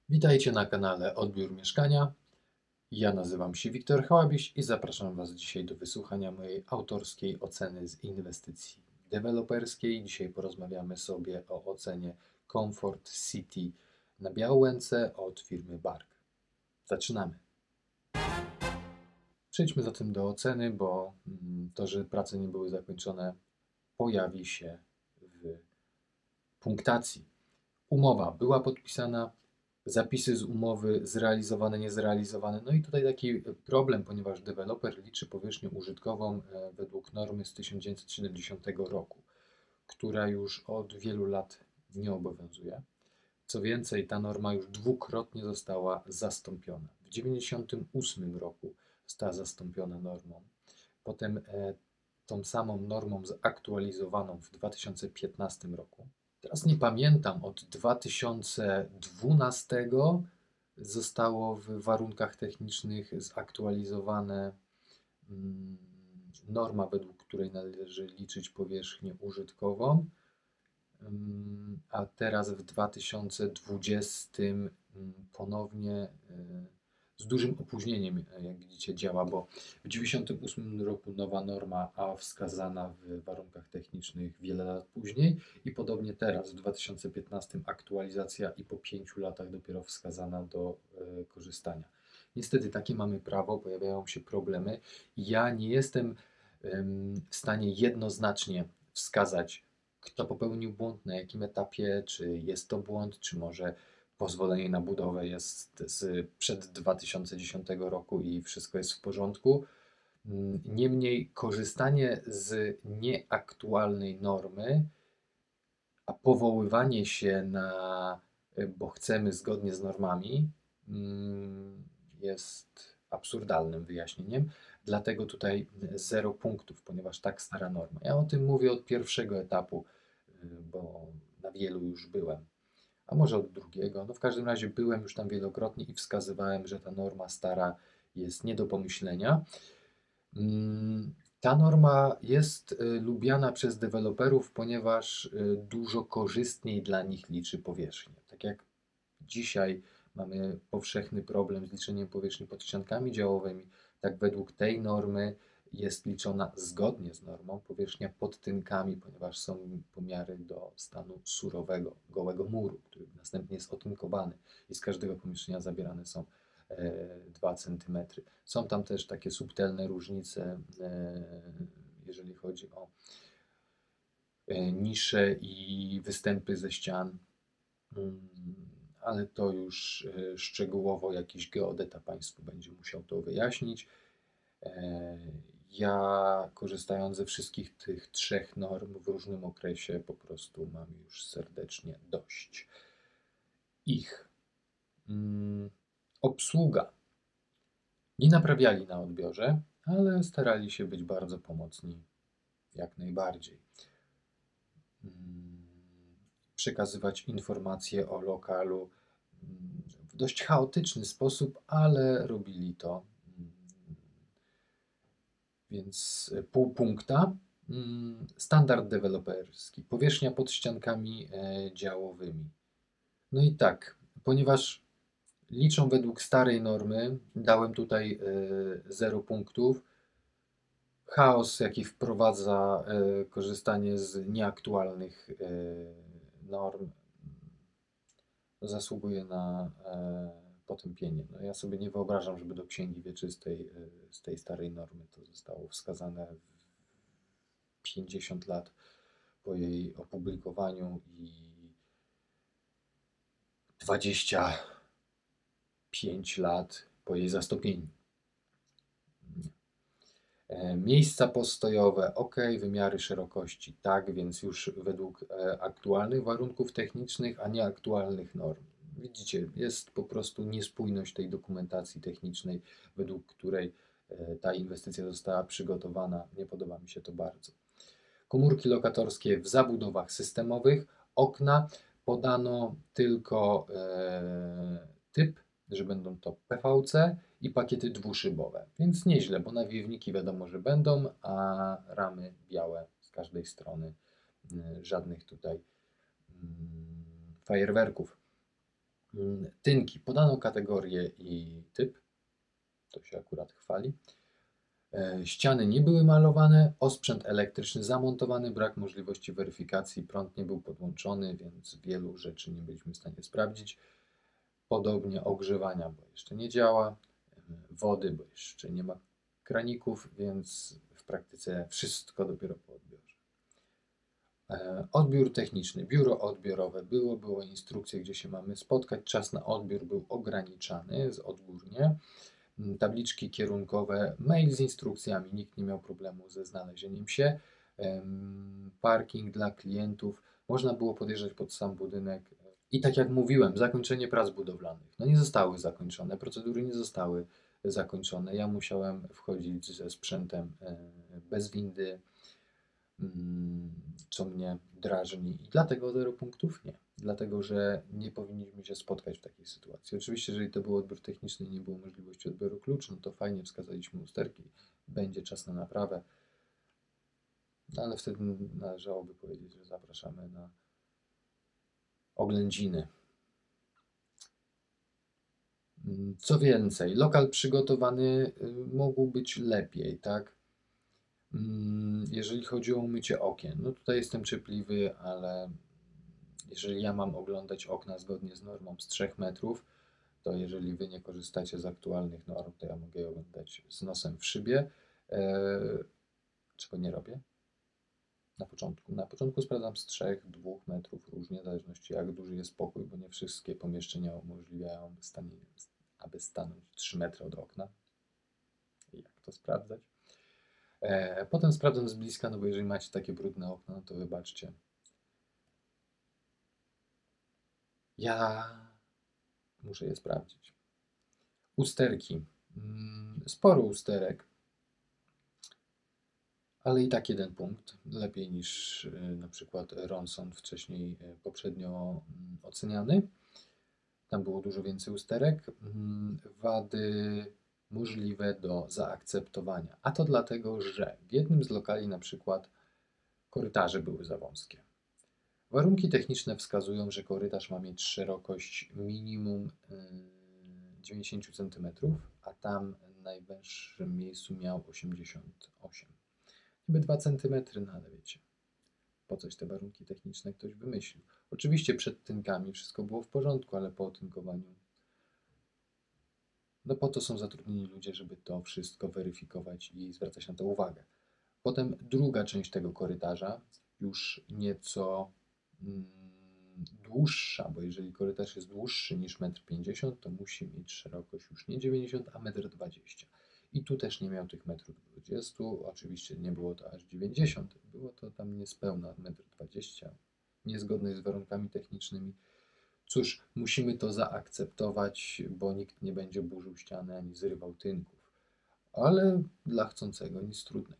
Witajcie na kanale Odbiór Mieszkania. Ja nazywam się Wiktor Hałabiś i zapraszam Was dzisiaj do wysłuchania mojej autorskiej oceny z inwestycji deweloperskiej. Dzisiaj porozmawiamy sobie o ocenie Comfort City na Białęce od firmy Bark. Zaczynamy. Przejdźmy zatem do oceny, bo to, że prace nie były zakończone, pojawi się w punktacji. Umowa była podpisana, zapisy z umowy zrealizowane, niezrealizowane. No i tutaj taki problem, ponieważ deweloper liczy powierzchnię użytkową według normy z 1970 roku, która już od wielu lat nie obowiązuje. Co więcej, ta norma już dwukrotnie została zastąpiona. W 1998 roku została zastąpiona normą. Potem tą samą normą zaktualizowaną w 2015 roku. Teraz nie pamiętam, od 2012 zostało w warunkach technicznych zaktualizowane norma, według której należy liczyć powierzchnię użytkową, a teraz w 2020 ponownie z dużym opóźnieniem, jak widzicie, działa, bo w 1998 roku nowa norma, a wskazana w warunkach technicznych wiele lat później i podobnie teraz w 2015 aktualizacja i po 5 latach dopiero wskazana do korzystania. Niestety takie mamy prawo, pojawiają się problemy. Ja nie jestem w stanie jednoznacznie wskazać, kto popełnił błąd, na jakim etapie, czy jest to błąd, czy może pozwolenie na budowę jest przed 2010 roku i wszystko jest w porządku. Niemniej korzystanie z nieaktualnej normy, a powoływanie się na, bo chcemy zgodnie z normami, jest absurdalnym wyjaśnieniem. Dlatego tutaj 0 punktów, ponieważ tak stara norma. Ja o tym mówię od pierwszego etapu, bo na wielu już byłem. A może od drugiego. No w każdym razie byłem już tam wielokrotnie i wskazywałem, że ta norma stara jest nie do pomyślenia. Ta norma jest lubiana przez deweloperów, ponieważ dużo korzystniej dla nich liczy powierzchnię. Tak jak dzisiaj mamy powszechny problem z liczeniem powierzchni pod ściankami działowymi, tak według tej normy jest liczona zgodnie z normą powierzchnia pod tynkami, ponieważ są pomiary do stanu surowego, gołego muru, który następnie jest otynkowany i z każdego pomieszczenia zabierane są 2 cm. Są tam też takie subtelne różnice, jeżeli chodzi o nisze i występy ze ścian, ale to już szczegółowo jakiś geodeta Państwu będzie musiał to wyjaśnić. Ja, korzystając ze wszystkich tych 3 norm w różnym okresie, po prostu mam już serdecznie dość ich. Obsługa. Nie naprawiali na odbiorze, ale starali się być bardzo pomocni, jak najbardziej. Przekazywać informacje o lokalu w dość chaotyczny sposób, ale robili to. Więc pół punkta. Standard deweloperski. Powierzchnia pod ściankami działowymi. No i tak, ponieważ liczą według starej normy, dałem tutaj 0 punktów. Chaos, jaki wprowadza korzystanie z nieaktualnych norm, zasługuje na potępienie. No ja sobie nie wyobrażam, żeby do Księgi Wieczystej z tej starej normy to zostało wskazane 50 lat po jej opublikowaniu i 25 lat po jej zastąpieniu. Miejsca postojowe, ok, wymiary szerokości, tak, więc już według aktualnych warunków technicznych, a nie aktualnych norm. Widzicie, jest po prostu niespójność tej dokumentacji technicznej, według której ta inwestycja została przygotowana. Nie podoba mi się to bardzo. Komórki lokatorskie w zabudowach systemowych, okna, podano tylko typ, że będą to PVC i pakiety dwuszybowe, więc nieźle, bo nawiewniki wiadomo, że będą, a ramy białe z każdej strony, żadnych tutaj fajerwerków. Tynki podano kategorię i typ, to się akurat chwali. Ściany nie były malowane, osprzęt elektryczny zamontowany, brak możliwości weryfikacji, prąd nie był podłączony, więc wielu rzeczy nie byliśmy w stanie sprawdzić. Podobnie ogrzewania, bo jeszcze nie działa, wody, bo jeszcze nie ma kraników, więc w praktyce wszystko dopiero po odbiorze. Odbiór techniczny, biuro odbiorowe było instrukcje, gdzie się mamy spotkać, czas na odbiór był ograniczany odgórnie. Tabliczki kierunkowe, mail z instrukcjami, nikt nie miał problemu ze znalezieniem się. Parking dla klientów, można było podjeżdżać pod sam budynek. I tak jak mówiłem, zakończenie prac budowlanych. No nie zostały zakończone, procedury nie zostały zakończone. Ja musiałem wchodzić ze sprzętem bez windy, co mnie drażni. I dlatego 0 punktów nie. Dlatego, że nie powinniśmy się spotkać w takiej sytuacji. Oczywiście, jeżeli to był odbiór techniczny i nie było możliwości odbioru kluczy, no to fajnie wskazaliśmy usterki, będzie czas na naprawę. No ale wtedy należałoby powiedzieć, że zapraszamy na oględziny. Co więcej, lokal przygotowany mógł być lepiej, tak? Jeżeli chodzi o umycie okien, no tutaj jestem cierpliwy, ale jeżeli ja mam oglądać okna zgodnie z normą z 3 metrów, to jeżeli Wy nie korzystacie z aktualnych norm, to ja mogę je oglądać z nosem w szybie, czego nie robię. Na początku sprawdzam z 3-2 metrów różnie, w zależności jak duży jest pokój, bo nie wszystkie pomieszczenia umożliwiają, aby stanąć 3 metry od okna. I jak to sprawdzać? Potem sprawdzam z bliska, no bo jeżeli macie takie brudne okna, no to wybaczcie. Ja muszę je sprawdzić. Usterki. Sporo usterek, ale i tak 1 punkt. Lepiej niż na przykład Ronson wcześniej poprzednio oceniany. Tam było dużo więcej usterek. Wady możliwe do zaakceptowania. A to dlatego, że w jednym z lokali na przykład korytarze były za wąskie. Warunki techniczne wskazują, że korytarz ma mieć szerokość minimum 90 cm, a tam w najwęższym miejscu miał 88. Niby 2 cm, no ale wiecie, po coś te warunki techniczne ktoś wymyślił. Oczywiście przed tynkami wszystko było w porządku, ale po otynkowaniu, no po to są zatrudnieni ludzie, żeby to wszystko weryfikować i zwracać na to uwagę. Potem druga część tego korytarza, już nieco dłuższa, bo jeżeli korytarz jest dłuższy niż 1,50 m, to musi mieć szerokość już nie 90, a 1,20 m. I tu też nie miał tych 1,20 m. Oczywiście nie było to aż 90, było to tam niespełna 1,20 m. Niezgodność z warunkami technicznymi. Cóż, musimy to zaakceptować, bo nikt nie będzie burzył ściany ani zrywał tynków. Ale dla chcącego nic trudnego.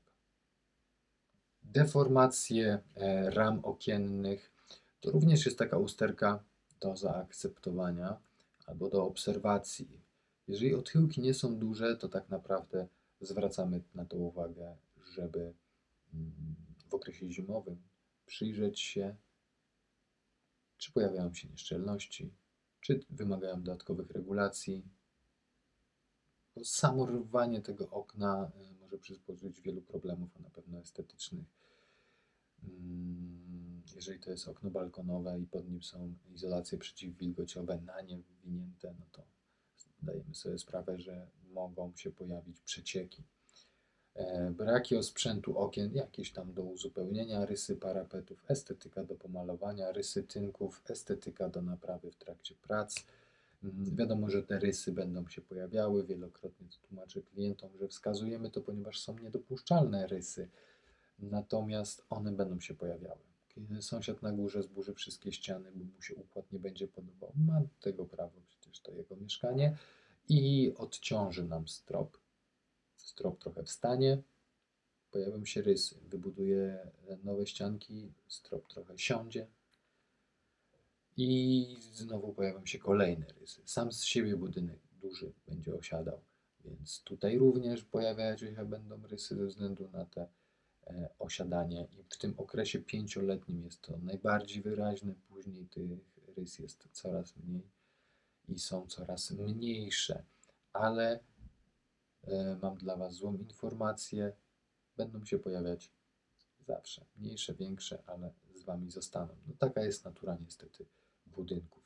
Deformacje ram okiennych to również jest taka usterka do zaakceptowania albo do obserwacji. Jeżeli odchyłki nie są duże, to tak naprawdę zwracamy na to uwagę, żeby w okresie zimowym przyjrzeć się, czy pojawiają się nieszczelności, czy wymagają dodatkowych regulacji. Bo samo rwanie tego okna może przysporzyć wielu problemów, a na pewno estetycznych. Jeżeli to jest okno balkonowe i pod nim są izolacje przeciwwilgociowe na nie wwinięte, no to zdajemy sobie sprawę, że mogą się pojawić przecieki. Braki osprzętu okien, jakieś tam do uzupełnienia, rysy parapetów, estetyka do pomalowania, rysy tynków, estetyka do naprawy w trakcie prac. Wiadomo, że te rysy będą się pojawiały, wielokrotnie to tłumaczę klientom, że wskazujemy to, ponieważ są niedopuszczalne rysy, natomiast one będą się pojawiały. Kiedy sąsiad na górze zburzy wszystkie ściany, bo mu się układ nie będzie podobał, ma do tego prawo, przecież to jego mieszkanie, i odciąży nam strop. Strop trochę wstanie, pojawią się rysy, wybuduje nowe ścianki, strop trochę siądzie i znowu pojawią się kolejne rysy. Sam z siebie budynek duży będzie osiadał, więc tutaj również pojawiać się będą rysy ze względu na te osiadanie i w tym okresie 5-letnim jest to najbardziej wyraźne, później tych rys jest coraz mniej. i są coraz mniejsze, ale mam dla Was złą informację, będą się pojawiać zawsze. Mniejsze, większe, ale z Wami zostaną. No, taka jest natura niestety budynków.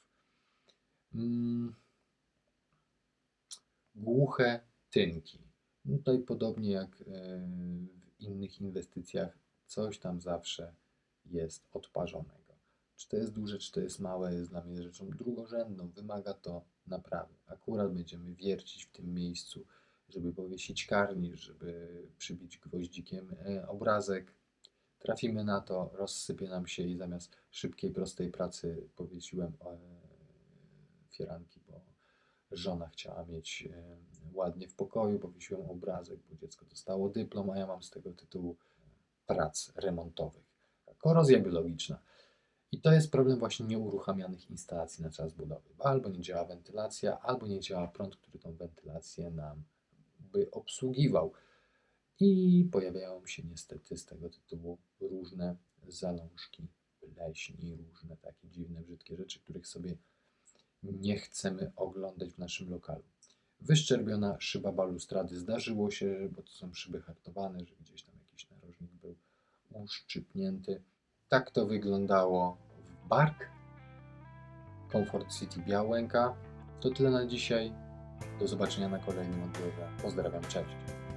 Głuche tynki. No tutaj podobnie jak w innych inwestycjach, coś tam zawsze jest odparzonego. Czy to jest duże, czy to jest małe, jest dla mnie rzeczą drugorzędną. Wymaga to naprawy. Akurat będziemy wiercić w tym miejscu, żeby powiesić karnisz, żeby przybić gwoździkiem obrazek. Trafimy na to, rozsypie nam się i zamiast szybkiej, prostej pracy powiesiłem firanki, bo żona chciała mieć ładnie w pokoju, powiesiłem obrazek, bo dziecko dostało dyplom, a ja mam z tego tytułu prac remontowych. Korozja biologiczna. I to jest problem właśnie nieuruchamianych instalacji na czas budowy. Bo albo nie działa wentylacja, albo nie działa prąd, który tą wentylację nam by obsługiwał. I pojawiają się niestety z tego tytułu różne zalążki pleśni, różne takie dziwne, brzydkie rzeczy, których sobie nie chcemy oglądać w naszym lokalu. Wyszczerbiona szyba balustrady. Zdarzyło się, bo to są szyby hartowane, że gdzieś tam jakiś narożnik był uszczypnięty. Tak to wyglądało w Bark, Comfort City Białęka. To tyle na dzisiaj. Do zobaczenia na kolejnym odbiorze. Pozdrawiam, cześć.